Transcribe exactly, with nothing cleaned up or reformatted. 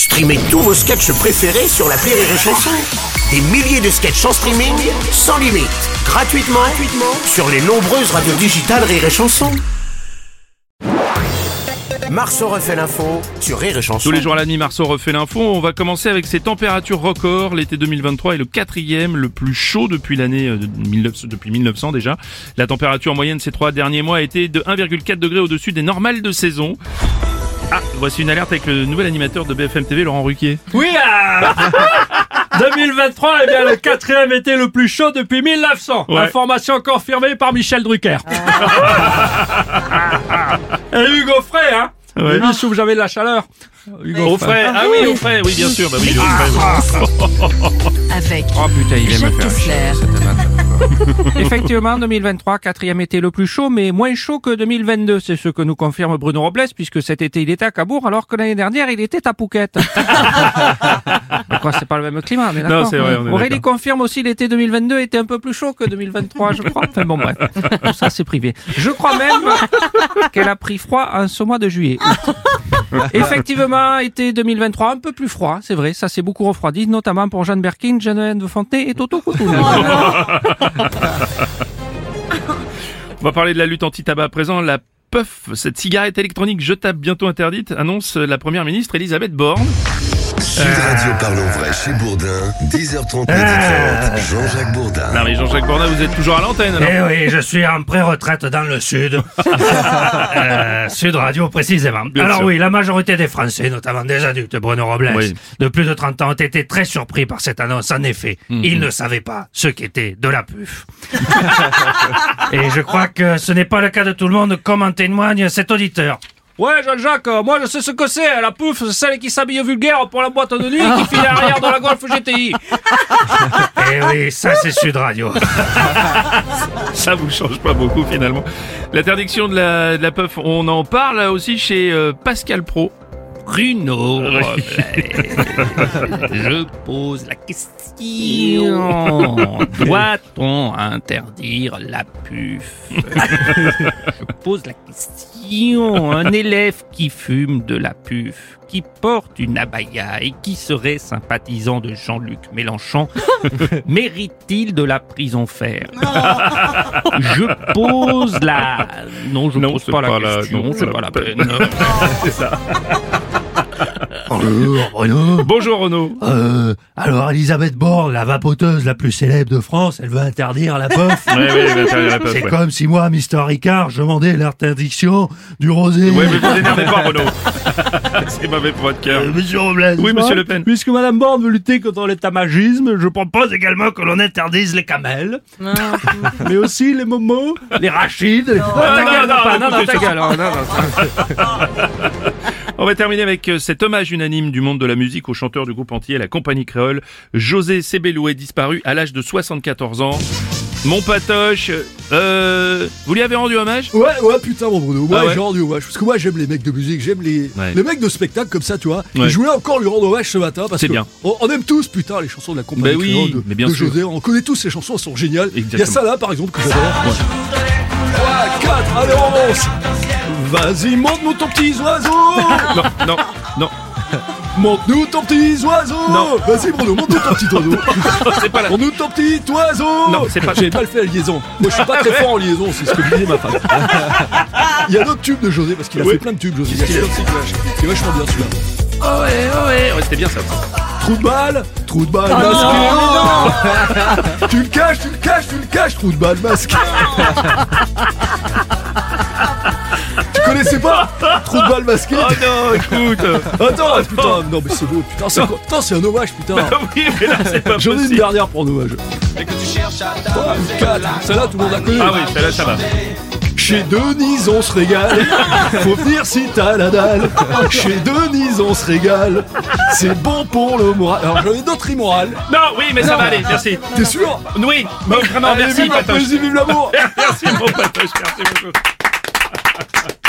Streamez tous vos sketchs préférés sur l'appli Rire et Chanson. Des milliers de sketchs en streaming, sans limite, gratuitement, gratuitement sur les nombreuses radios digitales Rire et Chanson. Marceau refait l'info sur Rire et Chanson. Tous les jours à la nuit, Marceau refait l'info. On va commencer avec ces températures records. L'été deux mille vingt-trois est le quatrième, le plus chaud depuis l'année, euh, mille neuf cents, depuis mille neuf cents déjà. La température moyenne ces trois derniers mois a été de un virgule quatre degrés au-dessus des normales de saison. Ah, voici une alerte avec le nouvel animateur de B F M T V, Laurent Ruquier. Oui, euh... deux mille vingt-trois, eh bien, le quatrième été le plus chaud depuis mille neuf cents. Ouais. Information confirmée par Michel Drucker. Et Hugo Frey, hein. Ouais. Lui, sous jamais de la chaleur. Hugo Au frais. Ah oui, au frais. Oui, bien sûr. Bah oui, au frais. Avec Oh putain, il vient me Jacques faire chier. Kessler. cette vanne. Effectivement, deux mille vingt-trois, quatrième été le plus chaud, mais moins chaud que deux mille vingt-deux. C'est ce que nous confirme Bruno Robles, puisque cet été il était à Cabourg, alors que l'année dernière il était à Phuket. Mais quoi, c'est pas le même climat, mais d'accord. Non, c'est vrai, on est Aurélie d'accord. confirme aussi l'été deux mille vingt-deux était un peu plus chaud que deux mille vingt-trois, je crois. Enfin bon, bref. Tout ça, c'est privé. Je crois même qu'elle a pris froid en ce mois de juillet. Effectivement, été deux mille vingt-trois, un peu plus froid, c'est vrai, ça s'est beaucoup refroidi, notamment pour Jeanne Berkin, Jeanne de Fontenay et Toto Coutoune. On va parler de la lutte anti-tabac à présent. La puff, cette cigarette électronique jetable bientôt interdite, annonce la première ministre Elisabeth Borne. Sud Radio Parlons Vrai chez Bourdin, dix heures trente, midi trente, Jean-Jacques Bourdin. Non mais Jean-Jacques Bourdin, vous êtes toujours à l'antenne alors. Eh oui, je suis en pré-retraite dans le Sud. euh, Sud Radio, précisément. Bien Alors sûr. oui, la majorité des Français, notamment des adultes, Bruno Robles, Oui. de plus de trente ans, ont été très surpris par cette annonce. En effet, Mhm. ils ne savaient pas ce qu'était de la puff. Et je crois que ce n'est pas le cas de tout le monde, comme en témoigne cet auditeur. Ouais, Jean-Jacques, euh, moi je sais ce que c'est, la puff, c'est celle qui s'habille vulgaire pour la boîte de nuit et qui finit à l'arrière de la Golf G T I. Eh oui, ça c'est Sud Radio. Ça vous change pas beaucoup finalement. L'interdiction de la, de la puff, on en parle aussi chez euh, Pascal Pro. Bruno Robles, je pose la question. Doit-on interdire la puff? Je pose la question. Un élève qui fume de la puff, qui porte une abaya et qui serait sympathisant de Jean-Luc Mélenchon, mérite-t-il de la prison ferme? Je pose la... Non, je Non, pose c'est pas, pas la la- question, non, c'est pas la peine. C'est ça. Bonjour Bruno. Bonjour Renaud. Euh, alors Elisabeth Borne, la vapoteuse la plus célèbre de France, elle veut interdire la puff. Ouais, ouais, il va interdire la puff. C'est Ouais. comme si moi, Mister Ricard, je demandais l'interdiction du rosé. Ouais, mais vous énervez pas Renaud. C'est mauvais pour votre cœur. Euh, Monsieur Robles. Oui, monsieur Le Pen. Puisque Madame Borne veut lutter contre le tabagisme, je propose également que l'on interdise les camels, mais aussi les momos, les rachides. les- Ah, ta non, gueule, non, papa, non, non, écoutez, ta ça- gueule, oh, non, non. On va terminer avec euh, cet hommage unanime du monde de la musique au chanteur du groupe entier, la Compagnie Créole. José Sebelou est disparu à l'âge de soixante-quatorze ans. Mon patoche, euh, vous lui avez rendu hommage? Ouais, ouais, putain, mon Bruno. Moi, Ah ouais j'ai rendu hommage. Parce que moi, j'aime les mecs de musique, j'aime les, Ouais. les mecs de spectacle comme ça, tu vois. Ouais. Et je voulais encore lui rendre hommage ce matin parce C'est que bien. On, on aime tous, putain, les chansons de la compagnie Bah oui, créole de, mais bien de sûr. José. On connaît tous ces chansons, elles sont géniales. Il y a Exactement. ça là, par exemple, que j'adore. trois, quatre, allez, on avance. Vas-y, monte-nous ton petit oiseau. Non, non, non. Monte-nous ton petit oiseau. Non. Vas-y, Bruno, monte-nous ton petit oiseau. C'est pas la... Monte-nous ton petit oiseau. Non, c'est pas- J'ai mal fait la liaison. Moi, je suis pas très fort en liaison, c'est ce que disait ma femme. Il y a d'autres tubes de José, parce qu'il a Oui. fait plein de tubes, José. Il y a Silence et Clash, qui est vachement bien celui-là. Oh ouais, oh ouais, ouais, c'était bien ça. Trou de balle, trou de balle Oh masqué. Tu le caches, tu le caches, tu le caches, trou de balle masqué. Tu connaissais pas trou de balle masqué? Oh non, écoute. Attends, putain, non mais c'est beau, putain, c'est quoi? Putain, c'est un hommage, putain. Ah oui, mais là c'est pas J'en ai une possible. dernière pour un hommage. trois, quatre, celle-là tout le monde la connaît. Ah oui, celle-là ça va. Chez Denise on se régale, faut venir si t'as la dalle. Chez Denise on se régale, c'est bon pour le moral. Alors j'en ai d'autres immorales. Non, oui, mais ça va aller, merci. T'es sûr? Oui, mais vraiment, Allez, merci, vive la Patoche. poésie, vive l'amour. Merci, mon Patoche, merci beaucoup.